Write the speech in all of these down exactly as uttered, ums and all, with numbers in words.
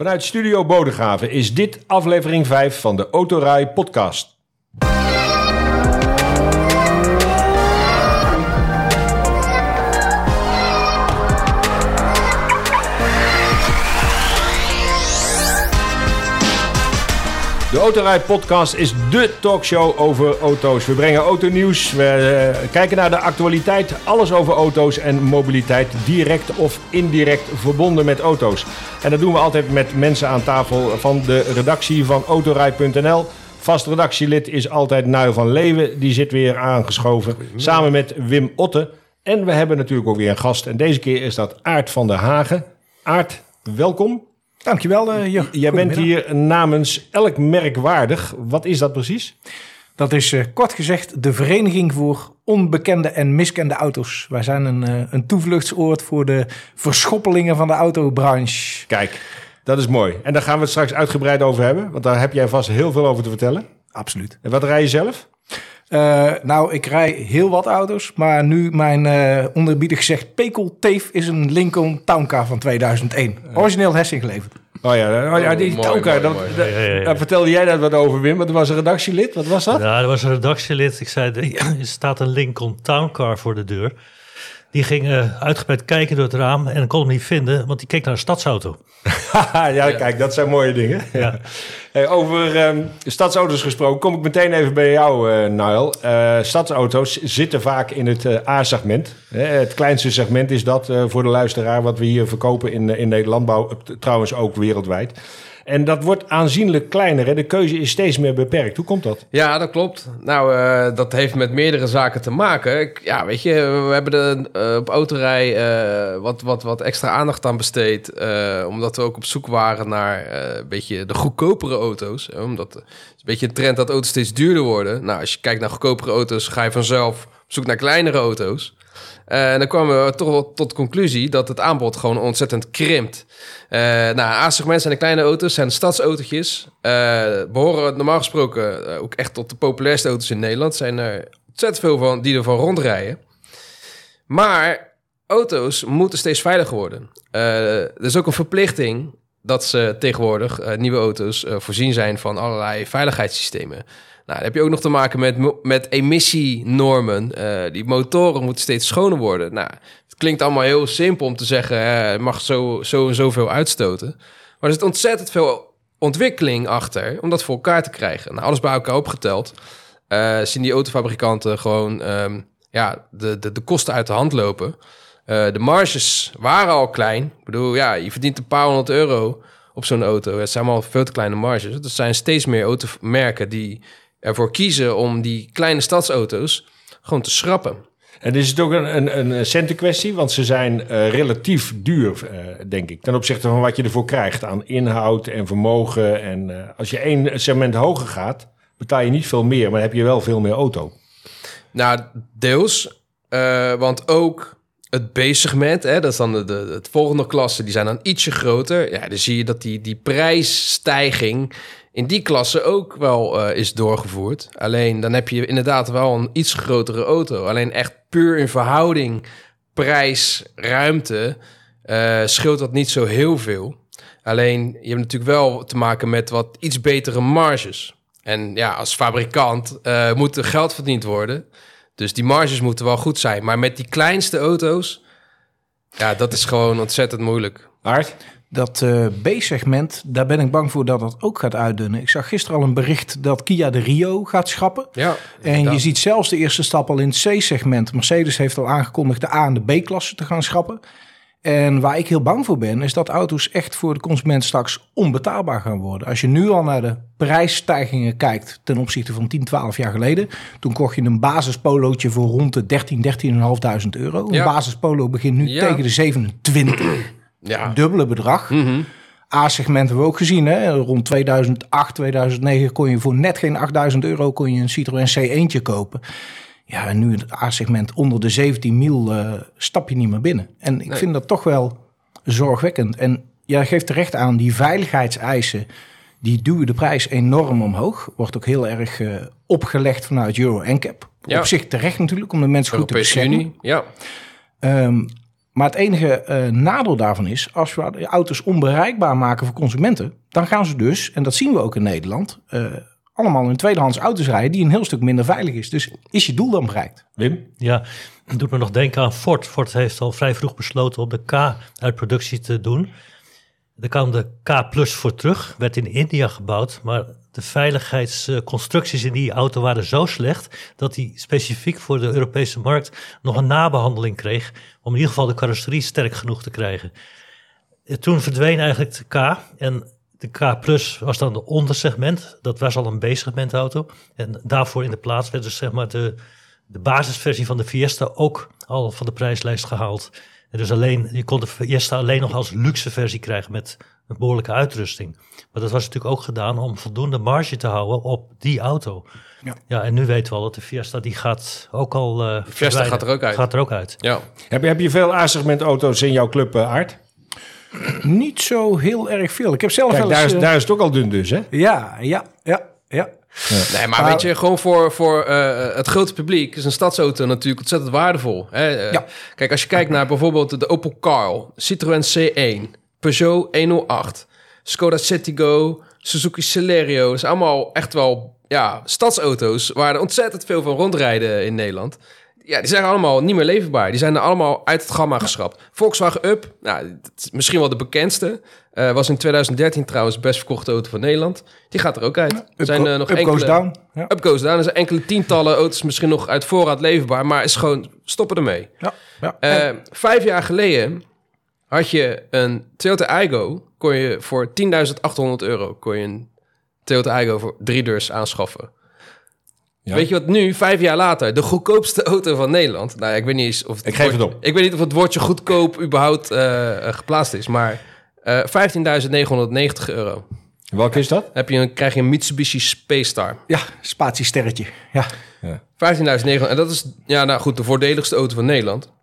Vanuit Studio Bodegraven is dit aflevering vijf van de Autorij podcast. De Autorij podcast is dé talkshow over auto's. We brengen autonieuws, we uh, kijken naar de actualiteit, alles over auto's en mobiliteit, direct of indirect verbonden met auto's. En dat doen we altijd met mensen aan tafel van de redactie van autorij punt n l. Vast redactielid is altijd Nuil van Leeuwen, die zit weer aangeschoven, samen met Wim Otte. En we hebben natuurlijk ook weer een gast en deze keer is dat Aart van der Hagen. Aart, welkom. Dankjewel, uh, Jur. Jij bent hier namens Elk Merkwaardig. Wat is dat precies? Dat is uh, kort gezegd de Vereniging voor Onbekende en Miskende Auto's. Wij zijn een, uh, een toevluchtsoord voor de verschoppelingen van de autobranche. Kijk, dat is mooi. En daar gaan we het straks uitgebreid over hebben. Want daar heb jij vast heel veel over te vertellen. Absoluut. En wat rij je zelf? Uh, nou, ik rij heel wat auto's. Maar nu mijn uh, onderbiedig gezegd pekelteef is een Lincoln Towncar van tweeduizend één. Origineel Hessing geleverd. Oh ja, oh ja die mooi, Towncar. mooi, mooi. Dat, Ja, ja, ja. Daar vertelde jij dat wat over, Wim. Want er was een redactielid. Wat was dat? Ja, er was een redactielid. Ik zei, er staat een Lincoln Towncar voor de deur. Die ging uh, uitgebreid kijken door het raam en kon hem niet vinden, want die keek naar een stadsauto. ja, ja, kijk, dat zijn mooie dingen. Ja. Hey, over um, stadsauto's gesproken, kom ik meteen even bij jou, uh, Niall. Uh, stadsauto's zitten vaak in het uh, A-segment. Hè, het kleinste segment is dat uh, voor de luisteraar wat we hier verkopen in, uh, in Nederland, uh, trouwens ook wereldwijd. En dat wordt aanzienlijk kleiner. Hè? De keuze is steeds meer beperkt. Hoe komt dat? Ja, dat klopt. Nou, uh, dat heeft met meerdere zaken te maken. Ik, ja, weet je, we hebben er uh, op Autorij uh, wat, wat, wat extra aandacht aan besteed. Uh, omdat we ook op zoek waren naar uh, een beetje de goedkopere auto's. Uh, omdat het is een beetje een trend dat auto's steeds duurder worden. Nou, als je kijkt naar goedkopere auto's, ga je vanzelf op zoek naar kleinere auto's. Uh, en dan kwamen we toch tot de conclusie dat het aanbod gewoon ontzettend krimpt. Uh, nou, A-segment zijn de kleine auto's, zijn de stadsautootjes. Uh, behoren normaal gesproken uh, ook echt tot de populairste auto's in Nederland. Zijn er ontzettend veel van die ervan rondrijden. Maar auto's moeten steeds veiliger worden. Uh, er is ook een verplichting dat ze tegenwoordig, uh, nieuwe auto's, uh, voorzien zijn van allerlei veiligheidssystemen. Nou, dan heb je ook nog te maken met, met emissienormen. Uh, die motoren moeten steeds schoner worden. Nou, het klinkt allemaal heel simpel om te zeggen, uh, je mag zo, zo en zoveel uitstoten. Maar er zit ontzettend veel ontwikkeling achter om dat voor elkaar te krijgen. Nou, alles bij elkaar opgeteld uh, zien die autofabrikanten gewoon um, ja, de, de, de kosten uit de hand lopen. Uh, de marges waren al klein. Ik bedoel, ja, je verdient een paar honderd euro op zo'n auto. Het zijn allemaal veel te kleine marges. Er zijn steeds meer automerken die ervoor kiezen om die kleine stadsauto's gewoon te schrappen. En is het ook een, een, een centenkwestie? Want ze zijn uh, relatief duur, uh, denk ik. Ten opzichte van wat je ervoor krijgt aan inhoud en vermogen. En uh, als je één segment hoger gaat, betaal je niet veel meer, maar dan heb je wel veel meer auto. Nou, deels. Uh, want ook het B-segment, hè, dat is dan de, de het volgende klasse, die zijn dan ietsje groter. Ja, dan zie je dat die, die prijsstijging in die klasse ook wel uh, is doorgevoerd. Alleen dan heb je inderdaad wel een iets grotere auto. Alleen echt puur in verhouding prijs, ruimte, uh, scheelt dat niet zo heel veel. Alleen je hebt natuurlijk wel te maken met wat iets betere marges. En ja, als fabrikant uh, moet er geld verdiend worden. Dus die marges moeten wel goed zijn. Maar met die kleinste auto's, ja, dat is gewoon ontzettend moeilijk. Aart? Dat uh, B-segment, daar ben ik bang voor dat dat ook gaat uitdunnen. Ik zag gisteren al een bericht dat Kia de Rio gaat schrappen. Ja, en dat. je ziet zelfs de eerste stap al in het C-segment. Mercedes heeft al aangekondigd de A- en de B-klasse te gaan schrappen. En waar ik heel bang voor ben, is dat auto's echt voor de consument straks onbetaalbaar gaan worden. Als je nu al naar de prijsstijgingen kijkt ten opzichte van tien, twaalf jaar geleden. Toen kocht je een basispolootje voor rond de dertien, dertienduizend vijfhonderd euro. Ja. Een basispolo begint nu Ja. tegen de zevenentwintig. Ja. Dubbele bedrag. Mm-hmm. A-segment hebben we ook gezien. Hè? Rond tweeduizend acht, tweeduizend negen kon je voor net geen achtduizend euro kon je een Citroën C eentje kopen. Ja, en nu het A-segment onder de zeventien mil uh, stap je niet meer binnen. En ik Nee. vind dat toch wel zorgwekkend. En jij geeft terecht aan, die veiligheidseisen, die duwen de prijs enorm omhoog. Wordt ook heel erg uh, opgelegd vanuit Euro N C A P. Ja. Op zich terecht natuurlijk, om de mensen goed te Europese beschermen. Unie, ja. Um, Maar het enige uh, nadeel daarvan is, als we de auto's onbereikbaar maken voor consumenten, dan gaan ze dus, en dat zien we ook in Nederland, uh, allemaal in tweedehands auto's rijden die een heel stuk minder veilig is. Dus is je doel dan bereikt? Wim? Ja, dat doet me nog denken aan Ford. Ford heeft al vrij vroeg besloten om de K uit productie te doen. Er kwam de K Plus voor terug, werd in India gebouwd, maar de veiligheidsconstructies in die auto waren zo slecht dat die specifiek voor de Europese markt nog een nabehandeling kreeg om in ieder geval de carrosserie sterk genoeg te krijgen. Toen verdween eigenlijk de K en de K Plus was dan de ondersegment. Dat was al een B-segment auto. En daarvoor in de plaats werd dus zeg maar de, de basisversie van de Fiesta ook al van de prijslijst gehaald. En dus alleen, je kon de Fiesta alleen nog als luxe versie krijgen met een behoorlijke uitrusting. Maar dat was natuurlijk ook gedaan om voldoende marge te houden op die auto. Ja, ja en nu weten we al dat de Fiesta die gaat ook al uh, de Fiesta gaat er ook uit. Gaat er ook uit. Ja. Heb je, heb je veel A-segment auto's in jouw club, uh, Aart? Niet zo heel erg veel. Ik heb zelf Kijk, wel eens, daar, is, uh, daar is het ook al dun dus, hè? Ja, ja, ja, ja. Ja. Nee, maar uh, weet je, gewoon voor, voor uh, het grote publiek is een stadsauto natuurlijk ontzettend waardevol. Hè? Uh, ja. Kijk, als je kijkt naar bijvoorbeeld de Opel Karl, Citroën C één, Peugeot honderdacht, Skoda Citigo, Suzuki Celerio. Dat zijn allemaal echt wel ja, stadsauto's waar er ontzettend veel van rondrijden in Nederland. Ja, die zijn allemaal niet meer leverbaar. Die zijn er allemaal uit het gamma geschrapt. Volkswagen Up, nou, dat is misschien wel de bekendste. Uh, was in twintig dertien trouwens de best verkochte auto van Nederland. Die gaat er ook uit. Ja, er zijn uh, nog up enkele, goes down. Ja. Up goes down. Er zijn enkele tientallen auto's misschien nog uit voorraad leverbaar. Maar is gewoon, stoppen ermee. Ja, ja. Uh, vijf jaar geleden had je een Toyota Aygo. Kon je voor tienduizend achthonderd euro kon je een Toyota Aygo voor drie deurs aanschaffen. Ja. Weet je wat nu, vijf jaar later, de goedkoopste auto van Nederland... Nou, ik weet niet eens of het, ik geef woord, het op. Ik weet niet of het woordje goedkoop überhaupt uh, geplaatst is, maar uh, vijftienduizend negenhonderdnegentig euro. Welke is dat? Heb je een, krijg je een Mitsubishi Space Star. Ja, spatiesterretje. Ja. ja. vijftienduizend negenhonderd. En dat is, ja, nou goed, de voordeligste auto van Nederland.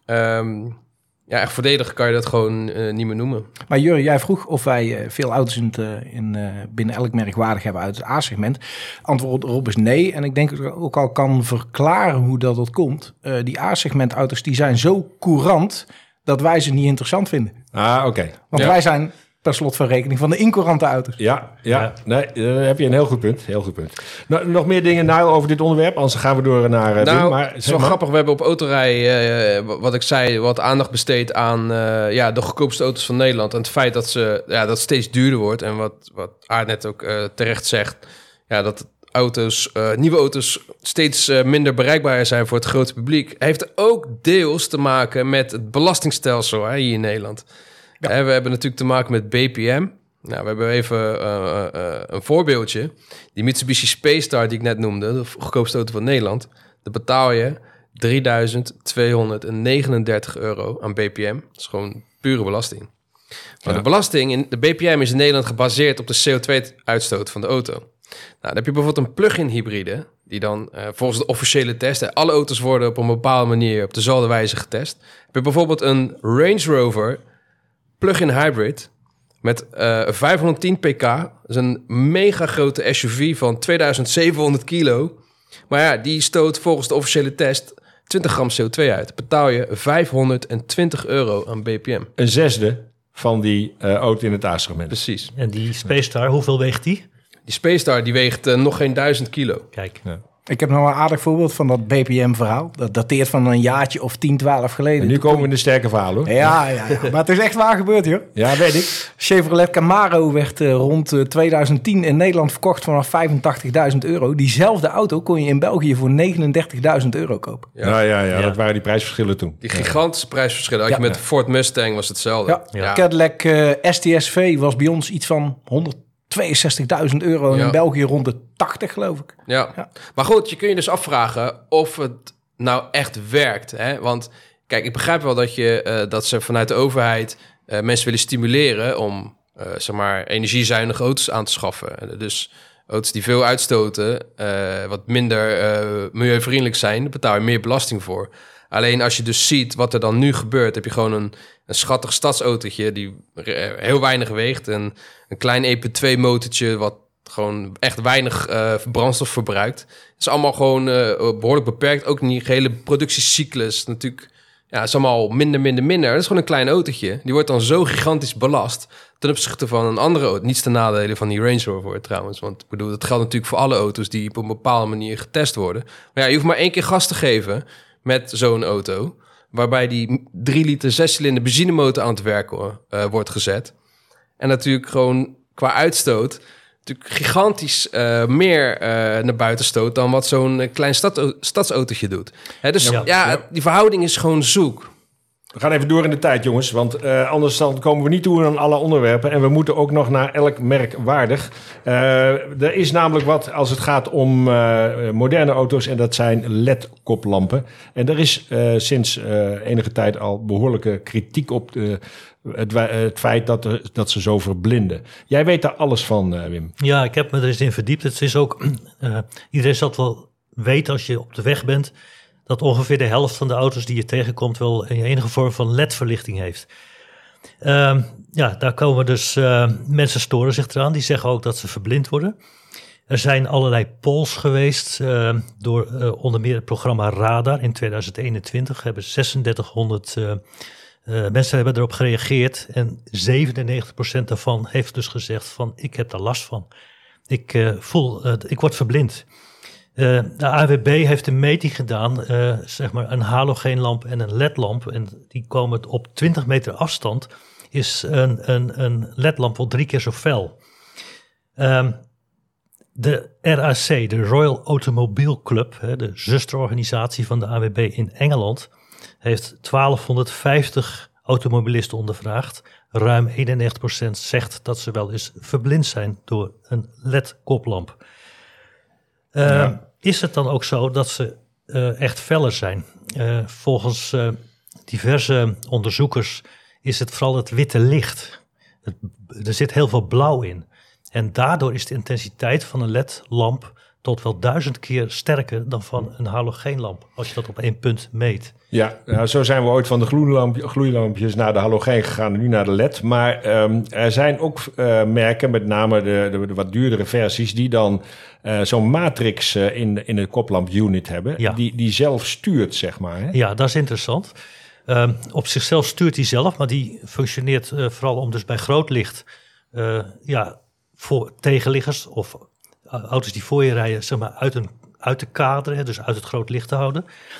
Um, ja, echt voordelig kan je dat gewoon uh, niet meer noemen. Maar Jurre, jij vroeg of wij uh, veel auto's in het, uh, in, uh, binnen elk merk waardig hebben uit het A-segment. Antwoord erop is nee. En ik denk dat ik ook al kan verklaren hoe dat, dat komt. Uh, die A-segment auto's die zijn zo courant dat wij ze niet interessant vinden. Ah, oké. Okay. Want ja. wij zijn per slot van rekening van de incourante auto's. Ja, ja. ja. Nee, dan heb je een heel goed punt. Heel goed punt. Nou, nog meer dingen nou over dit onderwerp, anders gaan we door naar uh, nou, Wim. Maar, het is wel maar. grappig, we hebben op Autorij, uh, wat ik zei, wat aandacht besteed aan uh, ja, de goedkoopste auto's van Nederland. En het feit dat, ze, ja, dat het steeds duurder wordt. En wat, wat Aart net ook uh, terecht zegt, ja, dat auto's, uh, nieuwe auto's steeds uh, minder bereikbaar zijn voor het grote publiek. Heeft ook deels te maken met het belastingstelsel hè, hier in Nederland. Ja. Uh, we hebben natuurlijk te maken met B P M. Nou, we hebben even uh, uh, een voorbeeldje. Die Mitsubishi Space Star die ik net noemde, de goedkoopste auto van Nederland, daar betaal je drieduizend tweehonderdnegenendertig euro aan B P M. Dat is gewoon pure belasting. Maar ja. de belasting, in de B P M is in Nederland gebaseerd op de C O twee uitstoot van de auto. Nou, dan heb je bijvoorbeeld een plug-in hybride, die dan uh, volgens de officiële testen, alle auto's worden op een bepaalde manier op dezelfde wijze getest. Heb je bijvoorbeeld een Range Rover plug-in hybrid met uh, vijfhonderdtien pk. Dat is een mega grote S U V van tweeduizend zevenhonderd kilo. Maar ja, die stoot volgens de officiële test twintig gram C O twee uit. Betaal je vijfhonderdtwintig euro aan B P M. Een zesde van die uh, auto in het A-segment. Precies. En die Space Star, hoeveel weegt die? Die Space Star die weegt uh, nog geen duizend kilo. Kijk. Ja. Ik heb nog een aardig voorbeeld van dat B P M-verhaal. Dat dateert van een jaartje of tien, twaalf geleden. En nu komen we in de sterke verhalen, hoor. Ja, ja, ja, maar het is echt waar gebeurd, joh. Ja, weet ik. Chevrolet Camaro werd uh, rond uh, tweeduizend tien in Nederland verkocht vanaf vijfentachtigduizend euro. Diezelfde auto kon je in België voor negenendertigduizend euro kopen. Ja, ja, ja, ja, dat waren die prijsverschillen toen. Die gigantische prijsverschillen. Had je ja. met Ford Mustang was hetzelfde. Ja. Ja. Cadillac uh, S T S V was bij ons iets van honderdtweeënzestigduizend euro en ja. in België rond de tachtig, geloof ik. Ja. ja, maar goed, je kun je dus afvragen of het nou echt werkt. Hè? Want kijk, ik begrijp wel dat, je, uh, dat ze vanuit de overheid uh, mensen willen stimuleren om uh, zeg maar energiezuinige auto's aan te schaffen. Dus auto's die veel uitstoten, uh, wat minder uh, milieuvriendelijk zijn, daar betaal je meer belasting voor. Alleen als je dus ziet wat er dan nu gebeurt, heb je gewoon een, een schattig stadsautootje die heel weinig weegt. En een klein E P twee motortje wat gewoon echt weinig uh, brandstof verbruikt. Het is allemaal gewoon uh, behoorlijk beperkt. Ook niet de hele productiecyclus natuurlijk Ja, het is allemaal minder, minder, minder. Dat is gewoon een klein autootje. Die wordt dan zo gigantisch belast ten opzichte van een andere auto. Niets ten nadele van die Range Rover trouwens. Want ik bedoel, dat geldt natuurlijk voor alle auto's die op een bepaalde manier getest worden. Maar ja, je hoeft maar één keer gas te geven met zo'n auto, waarbij die drie liter zescilinder benzinemotor aan het werken uh, wordt gezet. En natuurlijk gewoon qua uitstoot natuurlijk gigantisch uh, meer uh, naar buiten stoot dan wat zo'n uh, klein stad, stadsautootje doet. Hè, dus ja, ja, ja, die verhouding is gewoon zoek. We gaan even door in de tijd, jongens, want uh, anders dan komen we niet toe aan alle onderwerpen. En we moeten ook nog naar elk merk waardig. Uh, er is namelijk wat als het gaat om uh, moderne auto's en dat zijn L E D-koplampen. En er is uh, sinds uh, enige tijd al behoorlijke kritiek op de, het, het feit dat, er, dat ze zo verblinden. Jij weet daar alles van, uh, Wim. Ja, ik heb me er eens in verdiept. Het is ook, uh, iedereen zal het wel weten als je op de weg bent, dat ongeveer de helft van de auto's die je tegenkomt wel een enige vorm van L E D-verlichting heeft. Uh, ja, daar komen dus uh, mensen storen zich eraan. Die zeggen ook dat ze verblind worden. Er zijn allerlei polls geweest uh, door uh, onder meer het programma Radar in tweeduizend eenentwintig. Hebben zesenzestighonderd uh, uh, mensen hebben erop gereageerd en zevenennegentig procent daarvan heeft dus gezegd van ik heb daar last van. Ik uh, voel, uh, ik word verblind. Uh, de A W B heeft een meting gedaan, uh, zeg maar een halogeenlamp en een L E D-lamp. En die komen op twintig meter afstand, is een, een, een L E D-lamp wel drie keer zo fel. Um, de R A C, de Royal Automobile Club, hè, de zusterorganisatie van de A W B in Engeland, heeft twaalfhonderdvijftig automobilisten ondervraagd. Ruim eenennegentig procent zegt dat ze wel eens verblind zijn door een L E D-koplamp. Uh, ja. Is het dan ook zo dat ze uh, echt feller zijn? Uh, volgens uh, diverse onderzoekers is het vooral het witte licht. Het, er zit heel veel blauw in. En daardoor is de intensiteit van een L E D-lamp tot wel duizend keer sterker dan van een halogeenlamp, als je dat op één punt meet. Ja, nou, zo zijn we ooit van de gloeilamp, gloeilampjes naar de halogeen gegaan en nu naar de L E D. Maar um, er zijn ook uh, merken, met name de, de, de wat duurdere versies, die dan uh, zo'n matrix uh, in, in de koplampunit hebben, ja. die, die zelf stuurt, zeg maar. Hè? Ja, dat is interessant. Um, op zichzelf stuurt hij zelf, maar die functioneert uh, vooral om dus bij groot licht, uh, ja, voor tegenliggers of auto's die voor je rijden, zeg maar, uit, een, uit de kader, hè, dus uit het groot licht te houden.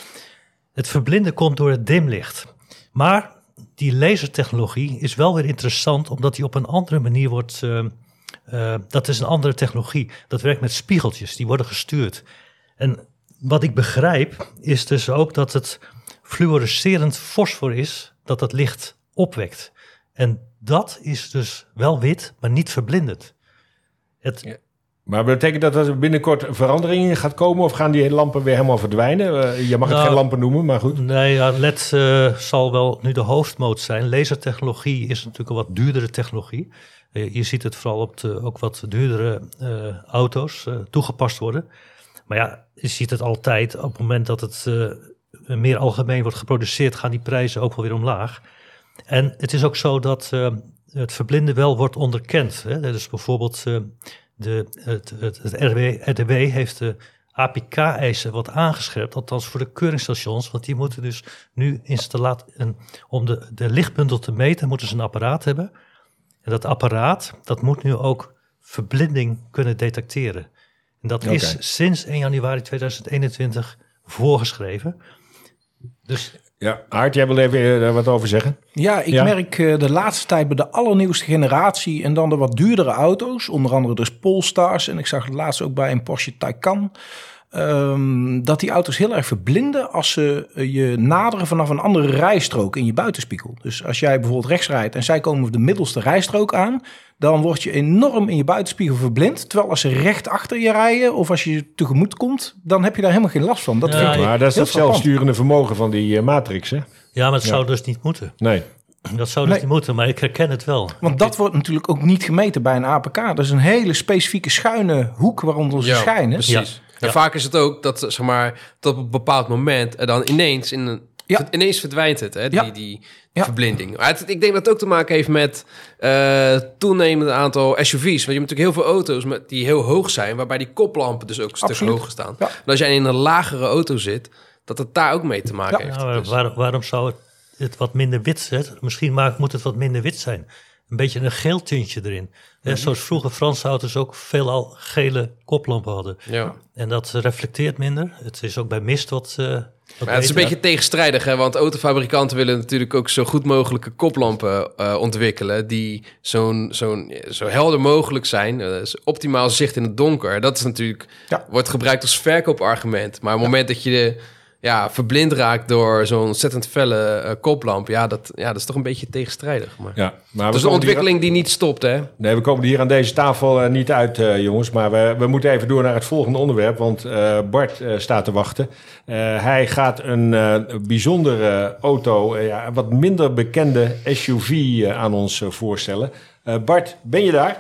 Het verblinden komt door het dimlicht. Maar die lasertechnologie is wel weer interessant, omdat die op een andere manier wordt, uh, uh, dat is een andere technologie. Dat werkt met spiegeltjes, die worden gestuurd. En wat ik begrijp, is dus ook dat het fluorescerend fosfor is, dat dat licht opwekt. En dat is dus wel wit, maar niet verblindend. Het... Ja. Maar betekent dat dat er binnenkort verandering in gaat komen of gaan die lampen weer helemaal verdwijnen? Uh, je mag nou, het geen lampen noemen, maar goed. Nee, ja, L E D uh, zal wel nu de hoofdmoot zijn. Lasertechnologie is natuurlijk een wat duurdere technologie. Uh, je ziet het vooral op de ook wat duurdere uh, auto's uh, toegepast worden. Maar ja, je ziet het altijd op het moment dat het uh, meer algemeen wordt geproduceerd, gaan die prijzen ook wel weer omlaag. En het is ook zo dat uh, het verblinden wel wordt onderkend. Hè? Dus bijvoorbeeld Uh, De, het, het, het R D W heeft de A P K-eisen wat aangescherpt, althans voor de keuringsstations, want die moeten dus nu installeren, om de, de lichtbundel te meten, moeten ze een apparaat hebben. En dat apparaat, dat moet nu ook verblinding kunnen detecteren. En dat okay. is sinds één januari tweeduizend eenentwintig voorgeschreven. Dus... Ja, Aart, jij wil even er wat over zeggen? Ja, ik ja. merk uh, de laatste tijd bij de allernieuwste generatie en dan de wat duurdere auto's, onder andere dus Polestars en ik zag het laatst ook bij een Porsche Taycan, um, dat die auto's heel erg verblinden als ze uh, je naderen vanaf een andere rijstrook in je buitenspiegel. Dus als jij bijvoorbeeld rechts rijdt en zij komen de middelste rijstrook aan, dan word je enorm in je buitenspiegel verblind. Terwijl als ze recht achter je rijden of als je tegemoet komt, dan heb je daar helemaal geen last van. Dat ja, vind ik maar dat is het zelfsturende vermogen van die uh, matrix, hè? Ja, maar het ja. zou dus niet moeten. Nee. Dat zou dus nee. niet moeten, maar ik herken het wel. Want dat wordt natuurlijk ook niet gemeten bij een A P K. Dat is een hele specifieke schuine hoek waaronder ze ja, schijnen. Precies. Ja. En ja. vaak is het ook dat, zeg maar, dat op een bepaald moment er dan ineens in een Ja. Ineens verdwijnt het, hè, die, ja. die, die ja. verblinding. Maar het, ik denk dat het ook te maken heeft met uh, toenemend aantal S U V's. Want je hebt natuurlijk heel veel auto's met, die heel hoog zijn, waarbij die koplampen dus ook een Absoluut. stuk hoger staan. Ja. En als jij in een lagere auto zit, dat het daar ook mee te maken Ja. heeft. Nou, Dus- waar, waarom zou het, het wat minder wit zijn? Misschien maakt, moet het wat minder wit zijn. Een beetje een geel tintje erin. Hè, zoals vroeger Franse auto's ook veelal gele koplampen hadden. ja. En dat reflecteert minder. Het is ook bij mist wat... Uh, Maar het is een beetje tegenstrijdig, hè? Want autofabrikanten willen natuurlijk ook zo goed mogelijke koplampen uh, ontwikkelen die zo'n, zo'n, zo helder mogelijk zijn. Uh, optimaal zicht in het donker. Dat is natuurlijk, Ja. wordt gebruikt als verkoopargument. Maar op het moment dat je de, ja, verblind raakt door zo'n ontzettend felle uh, koplamp, ja dat, ja, dat is toch een beetje tegenstrijdig. Maar... Ja, maar Het we is een komen ontwikkeling die niet stopt, hè? Hier, nee, we komen hier aan deze tafel uh, niet uit, uh, jongens. Maar we, we moeten even door naar het volgende onderwerp. Want uh, Bart uh, staat te wachten. Uh, hij gaat een uh, bijzondere auto, uh, ja, een wat minder bekende S U V uh, aan ons uh, voorstellen. Uh, Bart, ben je daar?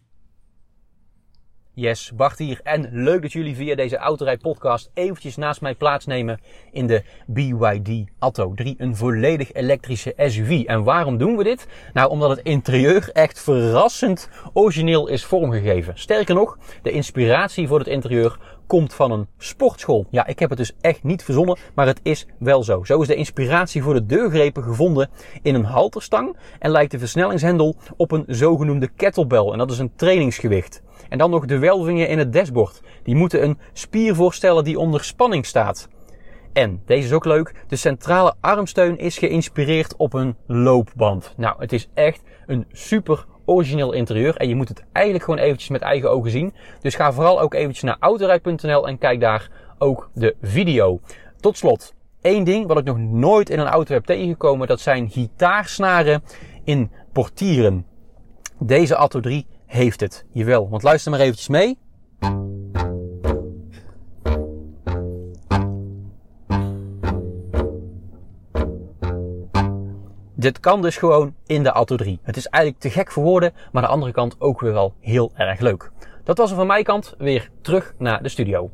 Yes, Bart hier en leuk dat jullie via deze Autorij-podcast eventjes naast mij plaatsnemen in de B Y D Atto drie, een volledig elektrische S U V. En waarom doen we dit? Nou, omdat het interieur echt verrassend origineel is vormgegeven. Sterker nog, de inspiratie voor het interieur komt van een sportschool. Ja, ik heb het dus echt niet verzonnen, maar het is wel zo. Zo is de inspiratie voor de deurgrepen gevonden in een halterstang en lijkt de versnellingshendel op een zogenoemde kettlebell. En dat is een trainingsgewicht. En dan nog de welvingen in het dashboard. Die moeten een spier voorstellen die onder spanning staat. En, deze is ook leuk, de centrale armsteun is geïnspireerd op een loopband. Nou, het is echt een super origineel interieur en je moet het eigenlijk gewoon eventjes met eigen ogen zien. Dus ga vooral ook eventjes naar autorij punt n l en kijk daar ook de video. Tot slot, één ding wat ik nog nooit in een auto heb tegengekomen, dat zijn gitaarsnaren in portieren. Deze Atto drie heeft het, jawel, want luister maar eventjes mee. Dit kan dus gewoon in de Atto drie. Het is eigenlijk te gek voor woorden, maar aan de andere kant ook weer wel heel erg leuk. Dat was er van mijn kant, weer terug naar de studio.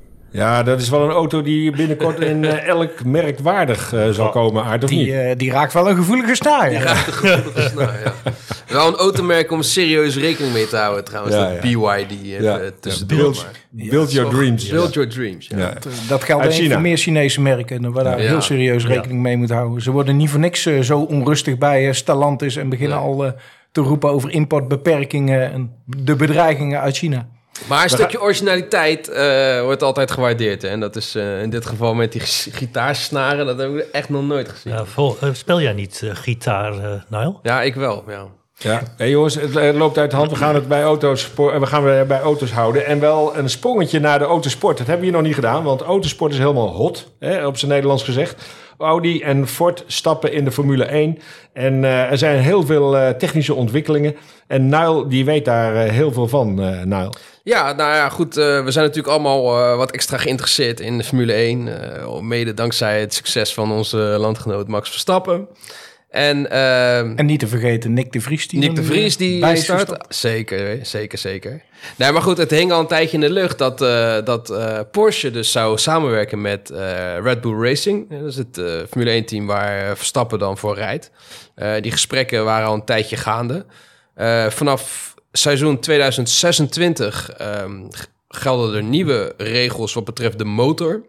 Ja, dat is wel een auto die binnenkort in uh, elk merk waardig uh, zal komen, Aart, of niet? Die, uh, die raakt wel een gevoelige snaar. Ja. Nou, ja. Wel een automerk om serieus rekening mee te houden trouwens. Ja, dat ja. B Y D even Ja. tussendoor. Build, maar. build your dreams. Build your dreams, ja. Ja. Dat geldt Uit denk ik China. voor meer Chinese merken, waar daar Ja. heel serieus rekening mee moet houden. Ze worden niet voor niks uh, zo onrustig bij uh, Stellantis en beginnen Nee. al uh, te roepen over importbeperkingen en de bedreigingen uit China. Maar een stukje originaliteit uh, wordt altijd gewaardeerd. Hè? En dat is uh, in dit geval met die g- gitaarsnaren, dat heb ik echt nog nooit gezien. Ja, Ja, vol, uh, speel jij niet uh, gitaar, uh, Niall? ik wel, ja. Ja, hey jongens, het uh, loopt uit de hand. We gaan het bij auto's, we gaan we bij auto's houden. En wel een sprongetje naar de autosport. Dat hebben we hier nog niet gedaan, want autosport is helemaal hot, hè, op zijn Nederlands gezegd. Audi en Ford stappen in de Formule één. En uh, er zijn heel veel uh, technische ontwikkelingen. En Niall, die weet daar uh, heel veel van, uh, Niall. Ja, nou ja, goed. Uh, we zijn natuurlijk allemaal uh, wat extra geïnteresseerd in de Formule één. Uh, mede dankzij het succes van onze landgenoot Max Verstappen. En, uh, En niet te vergeten Nick de Vries. Die Nick de dan, Vries uh, die bij is start. gestapt. Zeker, zeker, zeker. Nee, maar goed, het hing al een tijdje in de lucht dat, uh, dat uh, Porsche dus zou samenwerken met uh, Red Bull Racing. Ja, dat is het uh, Formule één team waar uh, Verstappen dan voor rijdt. Uh, die gesprekken waren al een tijdje gaande. Uh, vanaf seizoen tweeduizend zesentwintig um, gelden er nieuwe regels wat betreft de motor.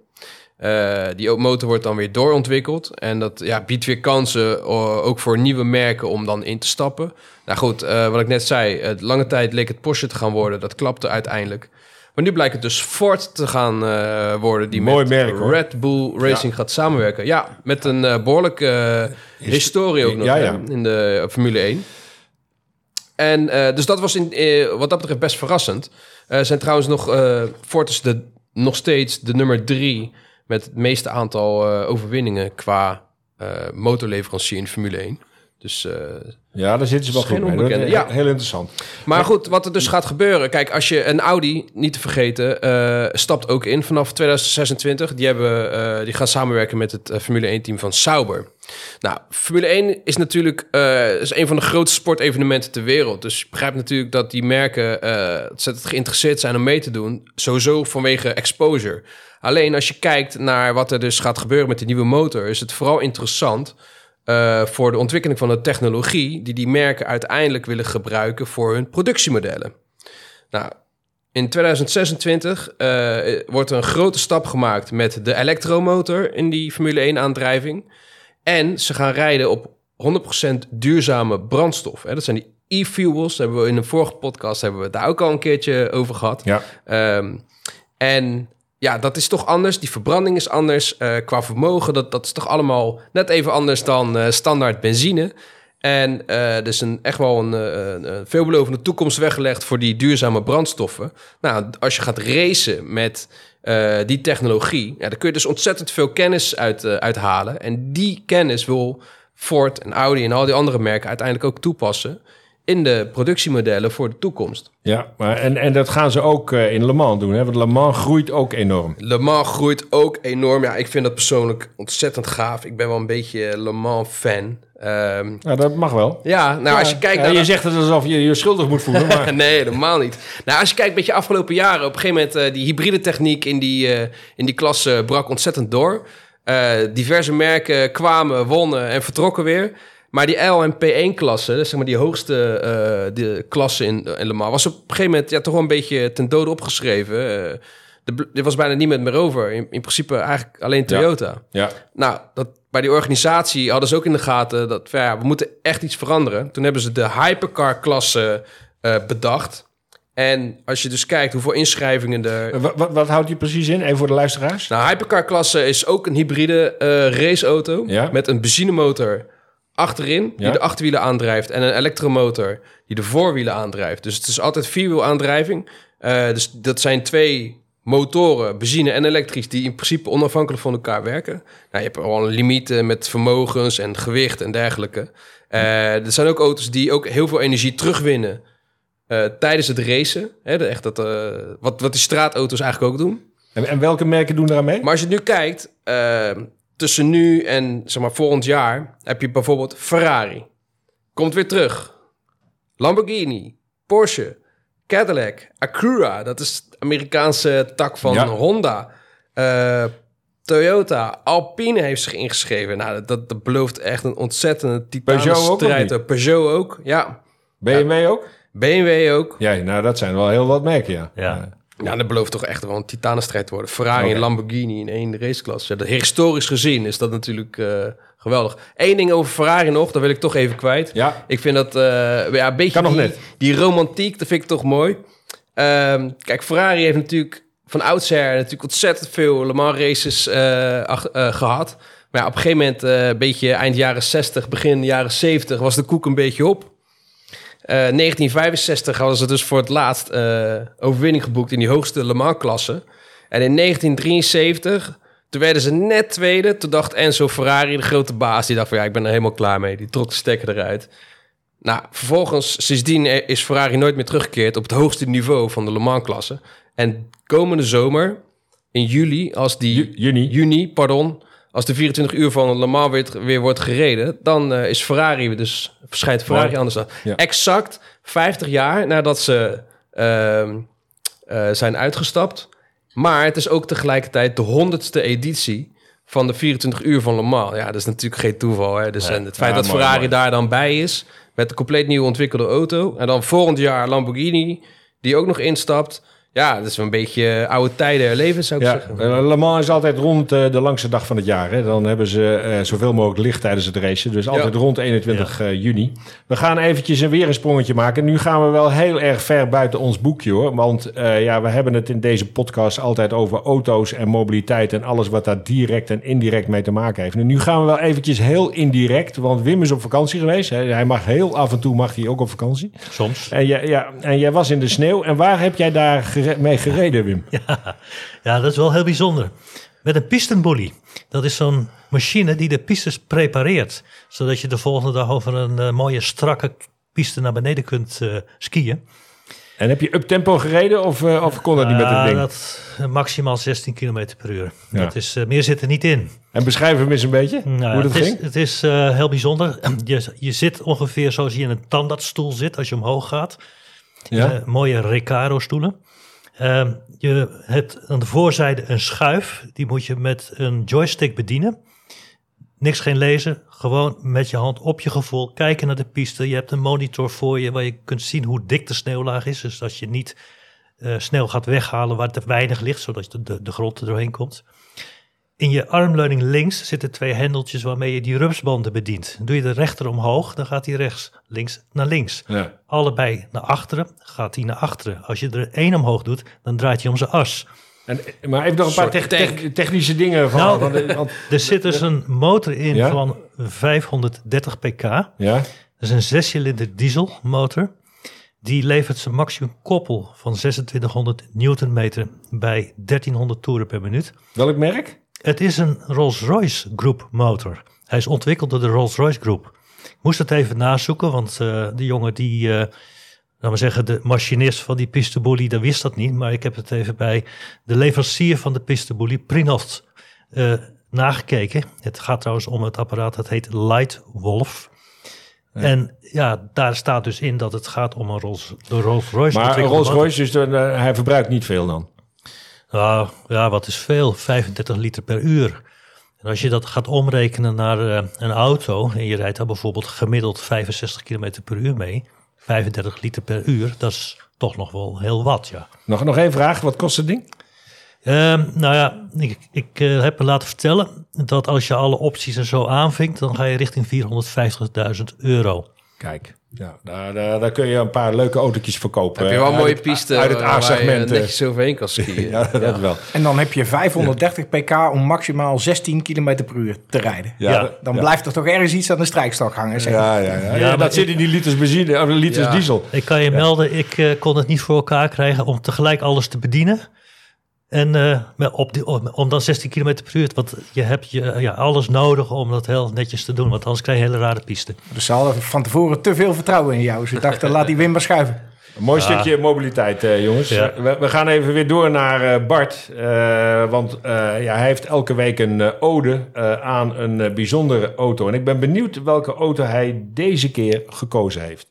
Uh, die motor wordt dan weer doorontwikkeld. En dat ja, biedt weer kansen uh, ook voor nieuwe merken om dan in te stappen. Nou goed, uh, wat ik net zei, uh, lange tijd leek het Porsche te gaan worden. Dat klapte uiteindelijk. Maar nu blijkt het dus Ford te gaan uh, worden die Mooi met merk, hoor. Red Bull Racing Ja. gaat samenwerken. Ja, met een uh, behoorlijke uh, historie ook nog Ja, hè, ja. in de Formule één. En uh, dus dat was in, uh, wat dat betreft best verrassend. Uh, zijn trouwens nog, uh, Ford is de, nog steeds de nummer drie met het meeste aantal uh, overwinningen qua uh, motorleverancier in Formule één. Dus, uh, Ja, daar zitten ze wel Is geen goed mee. Dat is onbekende. Ja. Heel interessant. maar goed, wat er dus gaat gebeuren. Kijk, als je een Audi, niet te vergeten, uh, stapt ook in vanaf tweeduizend zesentwintig. Die, hebben, uh, die gaan samenwerken met het uh, Formule één team van Sauber. Nou, Formule één is natuurlijk uh, is een van de grootste sportevenementen ter wereld. Dus je begrijpt natuurlijk dat die merken uh, ontzettend geïnteresseerd zijn om mee te doen. Sowieso vanwege exposure. Alleen als je kijkt naar wat er dus gaat gebeuren met de nieuwe motor, is het vooral interessant uh, voor de ontwikkeling van de technologie die die merken uiteindelijk willen gebruiken voor hun productiemodellen. Nou, in tweeduizend zesentwintig uh, wordt er een grote stap gemaakt met de elektromotor in die Formule één aandrijving. En ze gaan rijden op honderd procent duurzame brandstof. Hè? Dat zijn die e-fuels. Hebben we in een vorige podcast hebben we het daar ook al een keertje over gehad. Ja. Um, en ja, dat is toch anders. Die verbranding is anders. Uh, qua vermogen, dat, dat is toch allemaal net even anders dan uh, standaard benzine. En uh, er is een, echt wel een, een, een veelbelovende toekomst weggelegd voor die duurzame brandstoffen. Nou, als je gaat racen met uh, die technologie, ja, dan kun je dus ontzettend veel kennis uit, uh, uithalen. En die kennis wil Ford en Audi en al die andere merken uiteindelijk ook toepassen in de productiemodellen voor de toekomst. Ja, maar en, en dat gaan ze ook uh, in Le Mans doen, hè? Want Le Mans groeit ook enorm. Le Mans groeit ook enorm. Ja, ik vind dat persoonlijk ontzettend gaaf. Ik ben wel een beetje Le Mans fan. Um, ja, dat mag wel. Ja, nou ja, als je kijkt ja, naar... Je de... zegt het alsof je je schuldig moet voelen, maar... nee, helemaal niet. Nou, als je kijkt met je afgelopen jaren... op een gegeven moment uh, die hybride techniek in die, uh, in die klasse brak ontzettend door. Uh, diverse merken kwamen, wonnen en vertrokken weer. Maar die L en P één klasse, dus zeg maar die hoogste uh, de klasse in, in Le Mans... was op een gegeven moment ja, toch wel een beetje ten dode opgeschreven. Uh, er was bijna niemand meer over. In, in principe eigenlijk alleen Toyota. Ja. Ja. Nou, dat, bij die organisatie hadden ze ook in de gaten dat ja, we moeten echt iets veranderen. Toen hebben ze de hypercar-klasse uh, bedacht. En als je dus kijkt hoeveel inschrijvingen er... Wat, wat, wat houdt die precies in? Even voor de luisteraars. Nou, hypercar-klasse is ook een hybride uh, raceauto Ja. met een benzinemotor achterin die Ja. de achterwielen aandrijft en een elektromotor die de voorwielen aandrijft. Dus het is altijd vierwielaandrijving. Uh, dus dat zijn twee motoren, benzine en elektrisch, die in principe onafhankelijk van elkaar werken. Nou, je hebt al een limiet met vermogens en gewicht en dergelijke. Uh, er zijn ook auto's die ook heel veel energie terugwinnen uh, tijdens het racen. Hè, de, echt dat, uh, wat, wat die straatauto's eigenlijk ook doen. En, en welke merken doen daaraan mee? Maar als je nu kijkt, uh, tussen nu en zeg maar volgend jaar heb je bijvoorbeeld Ferrari. Komt weer terug. Lamborghini, Porsche, Cadillac, Acura. Dat is de Amerikaanse tak van Ja. Honda. Uh, Toyota, Alpine heeft zich ingeschreven. Nou, dat, dat belooft echt een ontzettende Peugeot ook, of titanenstrijd. niet? Peugeot ook, ja. B M W ook? B M W ook. Ja, nou dat zijn wel heel wat merken, ja. Ja. Ja, dat belooft toch echt wel een titanenstrijd te worden. Ferrari Oké. en Lamborghini in één raceklasse. Ja, dat, historisch gezien is dat natuurlijk uh, geweldig. Eén ding over Ferrari nog, dat wil ik toch even kwijt. Ja. Ik vind dat uh, ja, een beetje Kan nog die, net. die romantiek, dat vind ik toch mooi. Um, kijk, Ferrari heeft natuurlijk van oudsher natuurlijk ontzettend veel Le Mans races uh, ach, uh, gehad. Maar ja, op een gegeven moment, uh, een beetje eind jaren zestig, begin jaren zeventig, was de koek een beetje op. Uh, negentien vijfenzestig hadden ze dus voor het laatst uh, overwinning geboekt in die hoogste Le Mans-klasse. En in negentien drieënzeventig, toen werden ze net tweede. Toen dacht Enzo Ferrari, de grote baas, die dacht van ja, ik ben er helemaal klaar mee. Die trok de stekker eruit. Nou, vervolgens, sindsdien is Ferrari nooit meer teruggekeerd op het hoogste niveau van de Le Mans-klasse. En komende zomer, in juli, als die... Ju- juni. Juni, pardon. Als de vierentwintig uur van Le Mans weer, weer wordt gereden, dan uh, is Ferrari dus verschijnt Ferrari Ja. anders dan. Ja. Exact vijftig jaar nadat ze uh, uh, zijn uitgestapt. Maar het is ook tegelijkertijd de honderdste editie van de vierentwintig uur van Le Mans. Ja, dat is natuurlijk geen toeval. Hè? Dus Nee. en het feit Ja, dat mooi, Ferrari mooi. daar dan bij is met een compleet nieuw ontwikkelde auto. En dan volgend jaar Lamborghini, die ook nog instapt. Ja, dat is wel een beetje oude tijden herleven, zou ik Ja, zeggen. uh, Le Mans is altijd rond uh, de langste dag van het jaar. Hè? Dan hebben ze uh, zoveel mogelijk licht tijdens het racen. Dus altijd Ja. rond eenentwintig uh, juni. We gaan eventjes een weer een sprongetje maken. Nu gaan we wel heel erg ver buiten ons boekje, hoor. Want uh, ja, we hebben het in deze podcast altijd over auto's en mobiliteit en alles wat daar direct en indirect mee te maken heeft. En nu gaan we wel eventjes heel indirect, want Wim is op vakantie geweest. Hè? Hij mag heel af en toe mag hij ook op vakantie. Soms. En, jij, ja, en jij was in de sneeuw. En waar heb jij daar gere- mee gereden, Wim? Ja, ja, dat is wel heel bijzonder. Met een pistenbolly. Dat is zo'n machine die de pistes prepareert. Zodat je de volgende dag over een uh, mooie strakke piste naar beneden kunt uh, skiën. En heb je uptempo gereden of, uh, of kon dat niet met het Ah, ding? dat, uh, maximaal zestien kilometer per uur. Ja. Dat is, uh, meer zit er niet in. En beschrijf hem eens een beetje, Nou, hoe dat het ging. is, het is uh, heel bijzonder. Je, je zit ongeveer zoals je in een tandartsstoel zit als je omhoog gaat. Ja? Uh, mooie Recaro-stoelen. Uh, je hebt aan de voorzijde een schuif. Die moet je met een joystick bedienen. Niks geen lezen. Gewoon met je hand op je gevoel kijken naar de piste. Je hebt een monitor voor je waar je kunt zien hoe dik de sneeuwlaag is. Dus dat je niet uh, snel gaat weghalen waar te weinig ligt, zodat de, de, de grond er doorheen komt. In je armleuning links zitten twee hendeltjes waarmee je die rupsbanden bedient. Doe je de rechter omhoog, dan gaat hij rechts, links naar links. Ja. Allebei naar achteren, gaat hij naar achteren. Als je er één omhoog doet, dan draait hij om zijn as. En, maar even nog een paar te- te- technische dingen. Van, nou, van de, want, er zit dus een motor in ja? van vijfhonderddertig pk. Ja. Dat is een zescilinder dieselmotor. Die levert zijn maximum koppel van zesentwintighonderd newtonmeter bij dertienhonderd toeren per minuut. Welk merk? Het is een Rolls-Royce Group motor. Hij is ontwikkeld door de Rolls-Royce Group. Ik moest het even nazoeken, want uh, de jongen die, uh, laten we zeggen, de machinist van die pisteboelie, dat wist dat niet. Maar ik heb het even bij de leverancier van de pisteboelie, Prinoft, uh, nagekeken. Het gaat trouwens om het apparaat, dat heet Lightwolf. Ja. En ja, daar staat dus in dat het gaat om een Rolls, de Rolls-Royce. Maar een Rolls-Royce, dus uh, hij verbruikt niet veel dan? Uh, ja, wat is veel? vijfendertig liter per uur. En als je dat gaat omrekenen naar uh, een auto en je rijdt daar bijvoorbeeld gemiddeld vijfenzestig kilometer per uur mee, vijfendertig liter per uur, dat is toch nog wel heel wat, ja. Nog, nog één vraag, wat kost het ding? Uh, nou ja, ik, ik uh, heb me laten vertellen dat als je alle opties en zo aanvinkt, dan ga je richting vierhonderdvijftigduizend euro. Kijk, ja, daar, daar, daar kun je een paar leuke autootjes verkopen. Heb je wel een mooie piste uit het A-segment. Waar je netjes overheen kan skiën. Ja, dat ja. wel. En dan heb je vijfhonderddertig pk om maximaal zestien kilometer per uur te rijden. Ja, ja. Dan ja. blijft er toch ergens iets aan de strijkstok hangen. Zeg. Ja, ja, ja. ja, ja, dat zit in die liters benzine, of liters ja. diesel. Ik kan je ja. melden, ik uh, kon het niet voor elkaar krijgen om tegelijk alles te bedienen. En uh, op die, om, om dan zestien kilometer per uur, want je hebt je, ja, alles nodig om dat heel netjes te doen, want anders krijg je een hele rare piste. Dus ze hadden van tevoren te veel vertrouwen in jou. Ze dachten, laat die Wim maar schuiven. Een mooi ja. stukje mobiliteit, uh, jongens. Ja. We, we gaan even weer door naar uh, Bart, uh, want uh, ja, hij heeft elke week een uh, ode uh, aan een uh, bijzondere auto. En ik ben benieuwd welke auto hij deze keer gekozen heeft.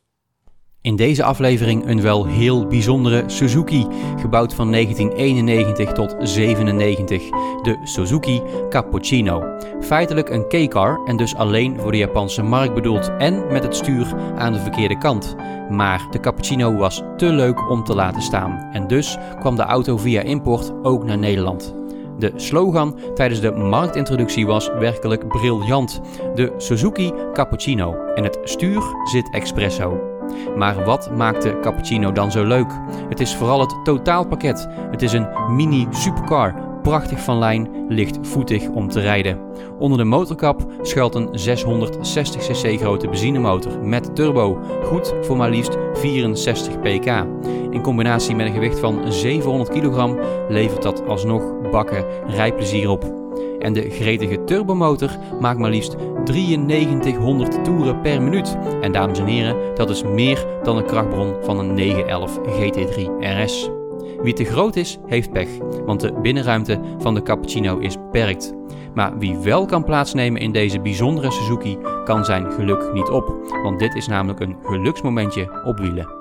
In deze aflevering een wel heel bijzondere Suzuki, gebouwd van negentien eenennegentig tot zevenennegentig, de Suzuki Cappuccino. Feitelijk een K-car en dus alleen voor de Japanse markt bedoeld en met het stuur aan de verkeerde kant. Maar de Cappuccino was te leuk om te laten staan en dus kwam de auto via import ook naar Nederland. De slogan tijdens de marktintroductie was werkelijk briljant. De Suzuki Cappuccino en het stuur zit espresso. Maar wat maakt de Cappuccino dan zo leuk? Het is vooral het totaalpakket. Het is een mini supercar, prachtig van lijn, lichtvoetig om te rijden. Onder de motorkap schuilt een zeshonderdzestig cc grote benzinemotor met turbo, goed voor maar liefst vierenzestig pk. In combinatie met een gewicht van zevenhonderd kilogram levert dat alsnog bakken rijplezier op. En de gretige turbomotor maakt maar liefst drieënnegentighonderd toeren per minuut. En dames en heren, dat is meer dan een krachtbron van een negenhonderdelf G T drie R S. Wie te groot is, heeft pech, want de binnenruimte van de Cappuccino is beperkt. Maar wie wel kan plaatsnemen in deze bijzondere Suzuki, kan zijn geluk niet op. Want dit is namelijk een geluksmomentje op wielen.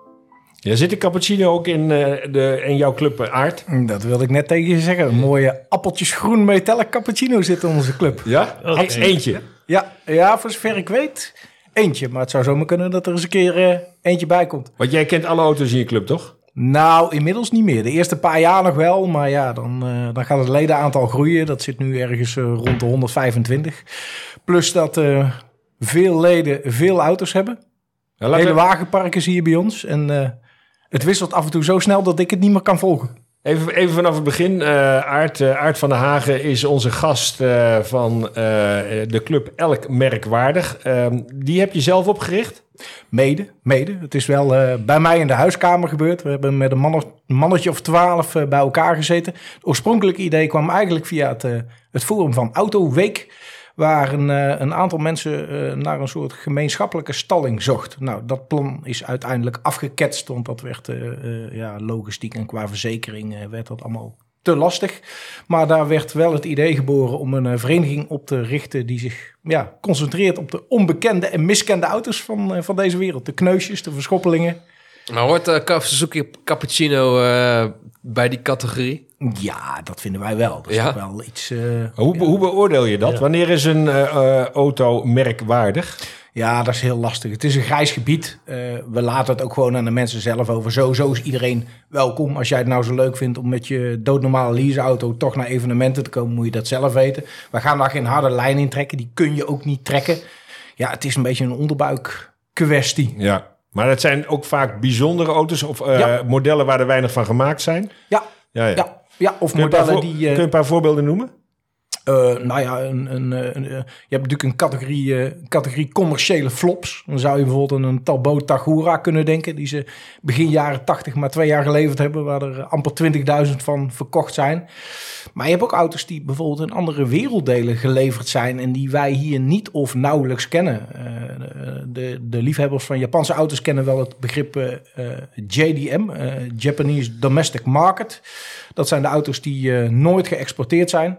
Ja, zit de Cappuccino ook in, uh, de, in jouw club, Aart? Dat wilde ik net tegen je zeggen. Een mooie appeltjes groen metallic Cappuccino zit in onze club. Ja? Okay. Eentje? Ja, ja, voor zover ik weet eentje. Maar het zou zomaar kunnen dat er eens een keer uh, eentje bij komt. Want jij kent alle auto's in je club, toch? Nou, inmiddels niet meer. De eerste paar jaar nog wel. Maar ja, dan, uh, dan gaat het ledenaantal groeien. Dat zit nu ergens uh, rond de honderdvijfentwintig. Plus dat uh, veel leden veel auto's hebben. Ja, hele we... wagenparken zie je bij ons. En uh, het wisselt af en toe zo snel dat ik het niet meer kan volgen. Even, even vanaf het begin. Uh, Aart, uh, Aart van der Hagen is onze gast uh, van uh, de club Elk Merkwaardig. Uh, die heb je zelf opgericht? Mede, mede. Het is wel uh, bij mij in de huiskamer gebeurd. We hebben met een, man of, een mannetje of twaalf uh, bij elkaar gezeten. Het oorspronkelijke idee kwam eigenlijk via het, uh, het forum van Autoweek, waar een, uh, een aantal mensen uh, naar een soort gemeenschappelijke stalling zocht. Nou, dat plan is uiteindelijk afgeketst, want dat werd uh, uh, ja, logistiek en qua verzekering uh, werd dat allemaal te lastig. Maar daar werd wel het idee geboren om een uh, vereniging op te richten die zich ja, concentreert op de onbekende en miskende auto's van, uh, van deze wereld. De kneusjes, de verschoppelingen. Nou, hoort uh, Suzuki Cappuccino uh, bij die categorie? Ja, dat vinden wij wel. Dat is ja? wel iets... Uh, hoe, ja. hoe beoordeel je dat? Ja. Wanneer is een uh, uh, auto merkwaardig? Ja, dat is heel lastig. Het is een grijs gebied. Uh, we laten het ook gewoon aan de mensen zelf over. Sowieso is iedereen welkom. Als jij het nou zo leuk vindt om met je doodnormale leaseauto toch naar evenementen te komen, moet je dat zelf weten. We gaan daar geen harde lijn in trekken. Die kun je ook niet trekken. Ja, het is een beetje een onderbuik kwestie. Ja, maar het zijn ook vaak bijzondere auto's of uh, ja. modellen waar er weinig van gemaakt zijn. Ja, ja, ja. ja. ja of kun modellen voor, die... Uh, kun je een paar voorbeelden noemen? Uh, nou ja, een, een, een, een, je hebt natuurlijk een categorie, uh, categorie commerciële flops. Dan zou je bijvoorbeeld aan een Talbot Tagura kunnen denken, die ze begin jaren tachtig maar twee jaar geleverd hebben, waar er amper twintigduizend van verkocht zijn. Maar je hebt ook auto's die bijvoorbeeld in andere werelddelen geleverd zijn en die wij hier niet of nauwelijks kennen. Uh, de, de liefhebbers van Japanse auto's kennen wel het begrip uh, J D M, uh, Japanese Domestic Market. Dat zijn de auto's die uh, nooit geëxporteerd zijn.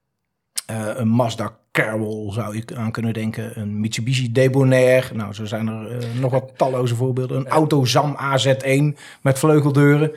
Uh, een Mazda Caravelle zou je aan kunnen denken. Een Mitsubishi Debonair. Nou, zo zijn er uh, nog wat talloze voorbeelden. Een Autozam A Z één met vleugeldeuren.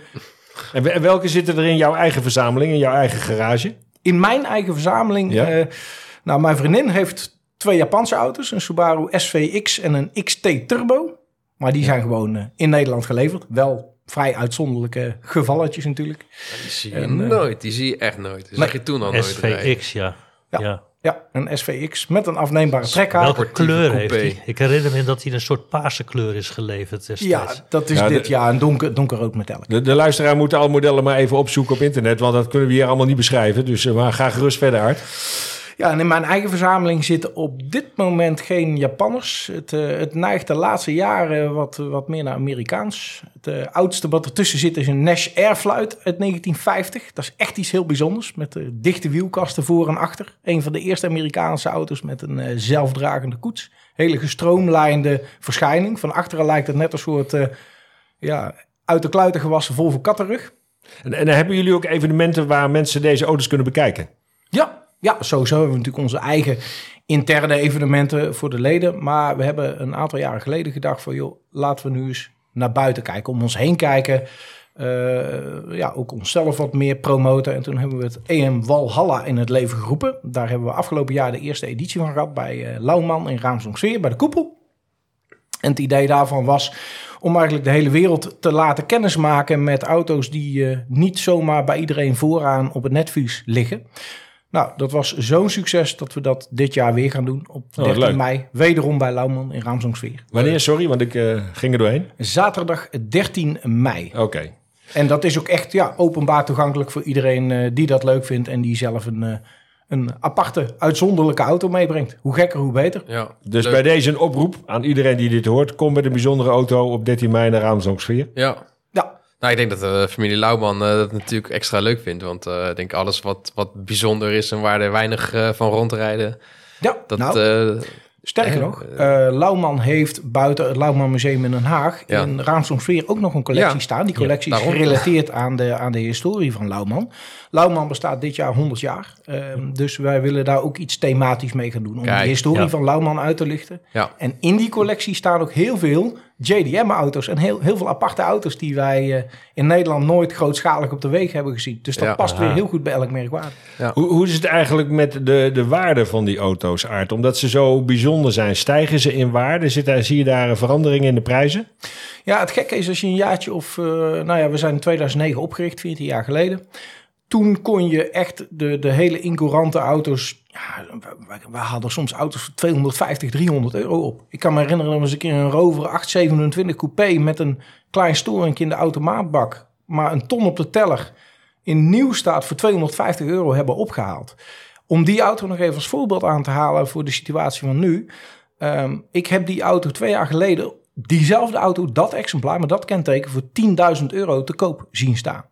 En welke zitten er in jouw eigen verzameling, in jouw eigen garage? In mijn eigen verzameling? Ja? Uh, nou, mijn vriendin heeft twee Japanse auto's. Een Subaru S V X en een X T Turbo. Maar die zijn gewoon uh, in Nederland geleverd. Wel vrij uitzonderlijke gevalletjes natuurlijk. Ja, die zie je en, uh, nooit. Die zie je echt nooit. Dat zag je toen al nooit. S V X, ja. Ja, ja. ja, een S V X met een afneembare trekhaak. Welke kleur heeft hij? Ik herinner me dat hij een soort paarse kleur is geleverd destijds. Ja, dat is ja, dit de, jaar een donker, donkerrood metallic. De, de luisteraar moet alle modellen maar even opzoeken op internet, want dat kunnen we hier allemaal niet beschrijven. Dus uh, maar ga gerust verder, Art. Ja, en in mijn eigen verzameling zitten op dit moment geen Japanners. Het, uh, het neigt de laatste jaren wat, wat meer naar Amerikaans. Het uh, oudste wat ertussen zit is een Nash Airflight uit negentien vijftig. Dat is echt iets heel bijzonders, met uh, dichte wielkasten voor en achter. Een van de eerste Amerikaanse auto's met een uh, zelfdragende koets. Hele gestroomlijnde verschijning. Van achteren lijkt het net een soort uh, ja, uit de kluiten gewassen Volvo kattenrug. En, en hebben jullie ook evenementen waar mensen deze auto's kunnen bekijken? Ja. Ja, sowieso hebben we natuurlijk onze eigen interne evenementen voor de leden. Maar we hebben een aantal jaren geleden gedacht van, joh, laten we nu eens naar buiten kijken. Om ons heen kijken. Uh, ja, ook onszelf wat meer promoten. En toen hebben we het E M Walhalla in het leven geroepen. Daar hebben we afgelopen jaar de eerste editie van gehad bij uh, Lauwman in Raamsdonksveer, bij de Koepel. En het idee daarvan was om eigenlijk de hele wereld te laten kennismaken met auto's die uh, niet zomaar bij iedereen vooraan op het netvlies liggen. Nou, dat was zo'n succes dat we dat dit jaar weer gaan doen op dertien oh, mei. Wederom bij Lauwman in Raamsdonksveer. Wanneer? Sorry, want ik uh, ging er doorheen. Zaterdag dertien mei. Oké. Okay. En dat is ook echt ja, openbaar toegankelijk voor iedereen uh, die dat leuk vindt en die zelf een, uh, een aparte, uitzonderlijke auto meebrengt. Hoe gekker, hoe beter. Ja, dus leuk. Bij deze een oproep aan iedereen die dit hoort. Kom met een bijzondere auto op dertien mei naar Raamsdonksveer. Ja. Ja. Nou, ik denk dat de familie Lauwman uh, dat natuurlijk extra leuk vindt. Want uh, ik denk alles wat, wat bijzonder is en waar er weinig uh, van rondrijden. Ja, dat, nou, uh, sterker eh, nog, uh, Lauwman heeft buiten het Lauwman Museum in Den Haag ja. in Raamsdonksveer ook nog een collectie ja. staan. Die collectie ja, is gerelateerd aan de, aan de historie van Lauwman. Lauwman bestaat dit jaar honderd jaar. Uh, dus wij willen daar ook iets thematisch mee gaan doen. Om Kijk, de historie ja. van Lauwman uit te lichten. Ja. En in die collectie staan ook heel veel J D M-auto's. En heel, heel veel aparte auto's die wij uh, in Nederland nooit grootschalig op de weg hebben gezien. Dus dat ja. past Aha. weer heel goed bij elk merkwaarde. Ja. Hoe, hoe is het eigenlijk met de, de waarde van die auto's, Aart? Omdat ze zo bijzonder zijn, stijgen ze in waarde? Zit daar, zie je daar een verandering in de prijzen? Ja, het gekke is als je een jaartje of... Uh, nou ja, we zijn in tweeduizend negen opgericht, veertien jaar geleden. Toen kon je echt de, de hele incourante auto's... Ja, we, we hadden soms auto's voor tweehonderdvijftig, driehonderd euro op. Ik kan me herinneren dat we eens een keer een Rover acht zevenentwintig coupé... met een klein storingje in de automaatbak... maar een ton op de teller in nieuw staat voor tweehonderdvijftig euro hebben opgehaald. Om die auto nog even als voorbeeld aan te halen voor de situatie van nu. Um, ik heb die auto twee jaar geleden... diezelfde auto, dat exemplaar, maar dat kenteken... voor tienduizend euro te koop zien staan.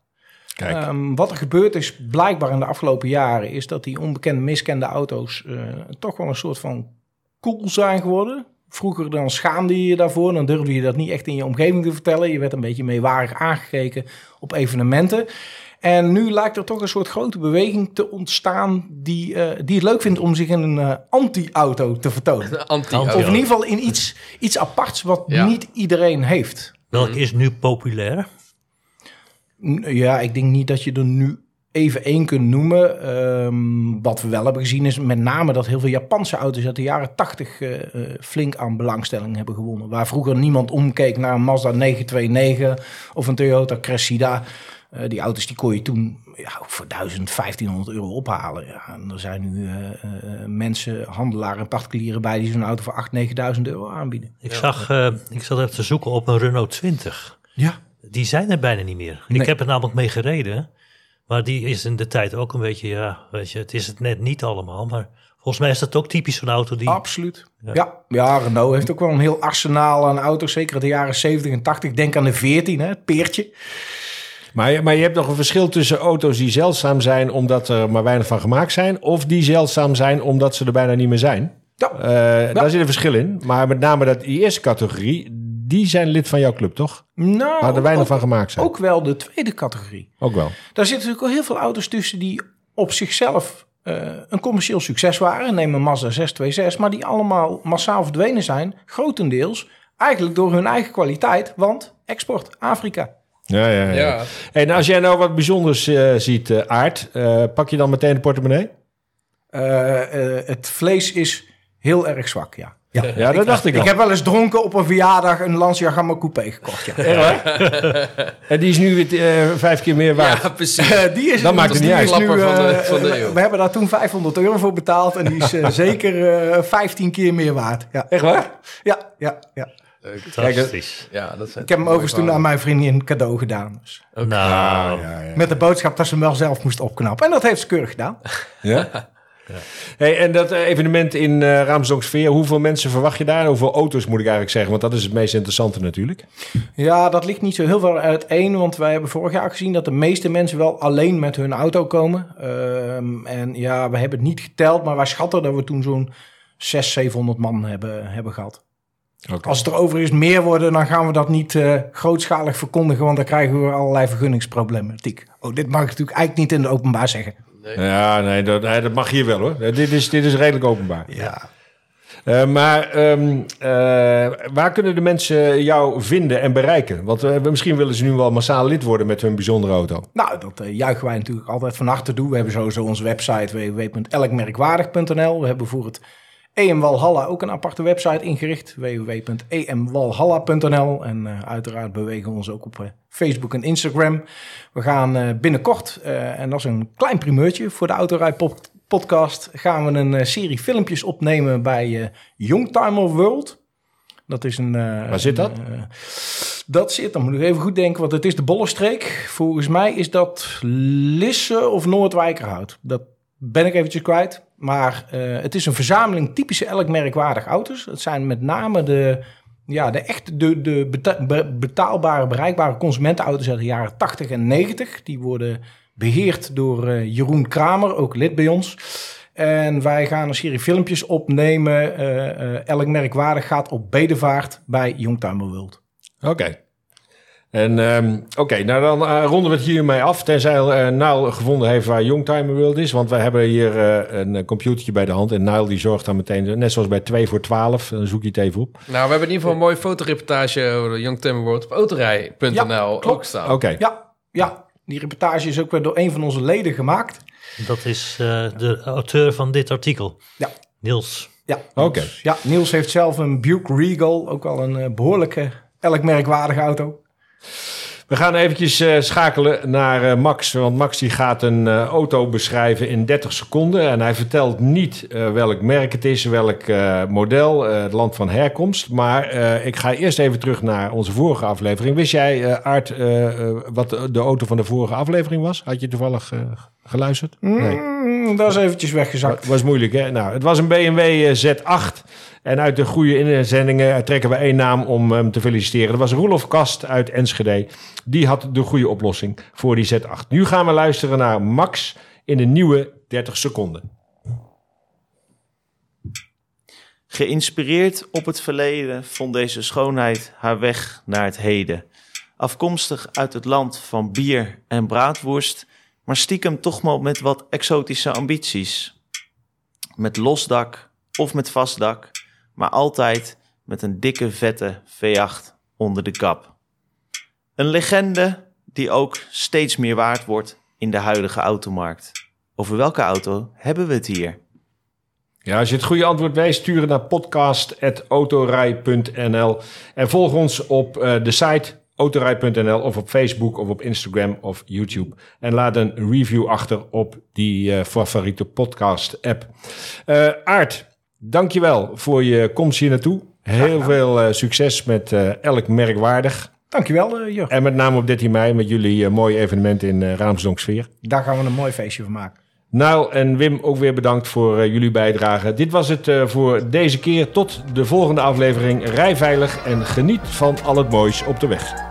Um, wat er gebeurd is blijkbaar in de afgelopen jaren... is dat die onbekende, miskende auto's... Uh, toch wel een soort van cool zijn geworden. Vroeger dan schaamde je je daarvoor. Dan durfde je dat niet echt in je omgeving te vertellen. Je werd een beetje meewarig aangekeken op evenementen. En nu lijkt er toch een soort grote beweging te ontstaan... die, uh, die het leuk vindt om zich in een uh, anti-auto te vertonen. Anti-auto. Of in ieder geval in iets, iets aparts wat ja. niet iedereen heeft. Welke is nu populair? Ja, ik denk niet dat je er nu even één kunnen noemen. Um, wat we wel hebben gezien is met name dat heel veel Japanse auto's uit de jaren tachtig uh, uh, flink aan belangstelling hebben gewonnen. Waar vroeger niemand omkeek naar een Mazda negen twee negen of een Toyota Cressida. Uh, die auto's die kon je toen ja, ook voor duizend, vijftienhonderd euro ophalen. Ja, en er zijn nu uh, uh, mensen, handelaren en particulieren bij die zo'n auto voor acht, negenduizend euro aanbieden. Ik zag, uh, ik zat even te zoeken op een Renault twintig. Ja. Die zijn er bijna niet meer. Nee. Ik heb er namelijk mee gereden. Maar die is in de tijd ook een beetje, ja, weet je, het is het net niet allemaal. Maar volgens mij is dat ook typisch zo'n auto die... Absoluut. Ja. Ja. Ja, Renault heeft ook wel een heel arsenaal aan auto's. Zeker in de jaren zeventig en tachtig. Denk aan de veertien, hè, het peertje. Maar, maar je hebt nog een verschil tussen auto's die zeldzaam zijn omdat er maar weinig van gemaakt zijn, of die zeldzaam zijn omdat ze er bijna niet meer zijn. Ja. Uh, ja. Daar zit een verschil in. Maar met name dat, die eerste categorie, die zijn lid van jouw club, toch? Nou, Waar er weinig ook, van gemaakt zijn. Ook wel de tweede categorie. Ook wel. Daar zitten natuurlijk al heel veel auto's tussen die op zichzelf uh, een commercieel succes waren. Neem een Mazda zes twee zes, maar die allemaal massaal verdwenen zijn. Grotendeels eigenlijk door hun eigen kwaliteit, want export, Afrika. Ja, ja, ja. Ja. En als jij nou wat bijzonders uh, ziet, uh, Aart, uh, pak je dan meteen de portemonnee? Uh, uh, het vlees is heel erg zwak, ja. Ja, ja dat dacht ik al. Ik heb wel eens dronken op een verjaardag een Lancia Gamma Coupé gekocht. Ja. Ja. En die is nu weer uh, vijf keer meer waard. Ja, precies. Uh, die is, Dan maakt het niet uit. Nu, uh, Van de, van de eeuw. we hebben daar toen vijfhonderd euro voor betaald en die is uh, zeker uh, vijftien keer meer waard. Ja. Echt waar? Ja, ja, ja. Fantastisch. Ja, dat zijn Ik heb hem overigens toen aan mijn vriendin cadeau gedaan. Dus. Nou, Ja, ja, ja. Met de boodschap dat ze hem wel zelf moest opknappen. En dat heeft ze keurig gedaan. Ja? Ja. Hey, en dat evenement in uh, Raamsdonksveer, hoeveel mensen verwacht je daar? Hoeveel auto's moet ik eigenlijk zeggen? Want dat is het meest interessante natuurlijk. Ja, dat ligt niet zo heel veel uiteen. Want wij hebben vorig jaar gezien dat de meeste mensen wel alleen met hun auto komen. Um, en ja, we hebben het niet geteld, maar wij schatten dat we toen zo'n zeshonderd, zevenhonderd man hebben, hebben gehad. Okay. Als het er overigens meer worden, dan gaan we dat niet uh, grootschalig verkondigen, want dan krijgen we allerlei vergunningsproblematiek. Oh, dit mag ik natuurlijk eigenlijk niet in het openbaar zeggen. Nee. Ja, nee dat, nee, dat mag hier wel hoor. Dit is, dit is redelijk openbaar. Ja. Uh, maar um, uh, waar kunnen de mensen jou vinden en bereiken? Want uh, misschien willen ze nu wel massaal lid worden met hun bijzondere auto. Nou, dat uh, juichen wij natuurlijk altijd van harte toe. We hebben sowieso onze website w w w punt elkmerkwaardig punt n l. We hebben voor het E M Walhalla ook een aparte website ingericht. w w w punt e m walhalla punt n l. En uh, uiteraard bewegen we ons ook op uh, Facebook en Instagram. We gaan uh, binnenkort, uh, en dat is een klein primeurtje voor de Autorij Pod- podcast, gaan we een uh, serie filmpjes opnemen bij uh, Youngtimer World. Dat is een... Uh, Waar zit dat? Een, uh, dat zit, dan moet ik even goed denken, want het is de Bollenstreek. Volgens mij is dat Lisse of Noordwijkerhout. Dat ben ik eventjes kwijt. Maar uh, het is een verzameling typische elkmerkwaardig auto's. Het zijn met name de, ja, de echt de, de beta- be- betaalbare, bereikbare consumentenauto's uit de jaren tachtig en negentig. Die worden beheerd door uh, Jeroen Kramer, ook lid bij ons. En wij gaan een serie filmpjes opnemen. Uh, uh, elkmerkwaardig gaat op bedevaart bij Youngtimer World. Oké. Okay. En um, oké, okay, nou dan uh, ronden we het hiermee af. Tenzij uh, Nile gevonden heeft waar Youngtimer World is. Want wij hebben hier uh, een computertje bij de hand. En Nile die zorgt dan meteen, net zoals bij twee voor twaalf. Dan zoek je het even op. Nou, we hebben in ieder geval een mooie fotoreportage over de Youngtimer World op autorij punt n l Ja, ook staan. Oké. Okay. Ja, ja, die reportage is ook weer door een van onze leden gemaakt. dat is uh, de auteur van dit artikel. Ja. Niels. Ja, Oké. Okay. Ja, Niels heeft zelf een Buick Regal. Ook al een uh, behoorlijke elkmerkwaardige auto. We gaan eventjes uh, schakelen naar uh, Max. Want Max die gaat een uh, auto beschrijven in dertig seconden. En hij vertelt niet uh, welk merk het is, welk uh, model, uh, het land van herkomst. Maar uh, ik ga eerst even terug naar onze vorige aflevering. Wist jij, uh, Aart, uh, uh, wat de, de auto van de vorige aflevering was? Had je toevallig uh, geluisterd? Nee. Mm, dat is eventjes weggezakt. Was moeilijk, hè? Nou, het was een B M W Z acht. En uit de goede inzendingen trekken we één naam om hem te feliciteren. Dat was Roelof Kast uit Enschede. Die had de goede oplossing voor die Z acht. Nu gaan we luisteren naar Max in de nieuwe dertig seconden. Geïnspireerd op het verleden vond deze schoonheid haar weg naar het heden. Afkomstig uit het land van bier en braadworst, maar stiekem toch wel met wat exotische ambities. Met los dak of met vast dak, maar altijd met een dikke vette V acht onder de kap. Een legende die ook steeds meer waard wordt in de huidige automarkt? Over welke auto hebben we het hier? Ja, als je het goede antwoord weet, stuur het naar podcast at autorij punt n l en volg ons op uh, de site autorij punt n l of op Facebook of op Instagram of YouTube. En laat een review achter op die uh, favoriete podcast-app. Uh, Aart, dankjewel voor je komst hier naartoe. Heel veel uh, succes met uh, elk merkwaardig. Dankjewel, uh, Jur. En met name op dertien mei met jullie uh, mooie evenement in uh, Raamsdonksfeer. Daar gaan we een mooi feestje van maken. Nou en Wim, ook weer bedankt voor uh, jullie bijdrage. Dit was het uh, voor deze keer. Tot de volgende aflevering. Rij veilig en geniet van al het moois op de weg.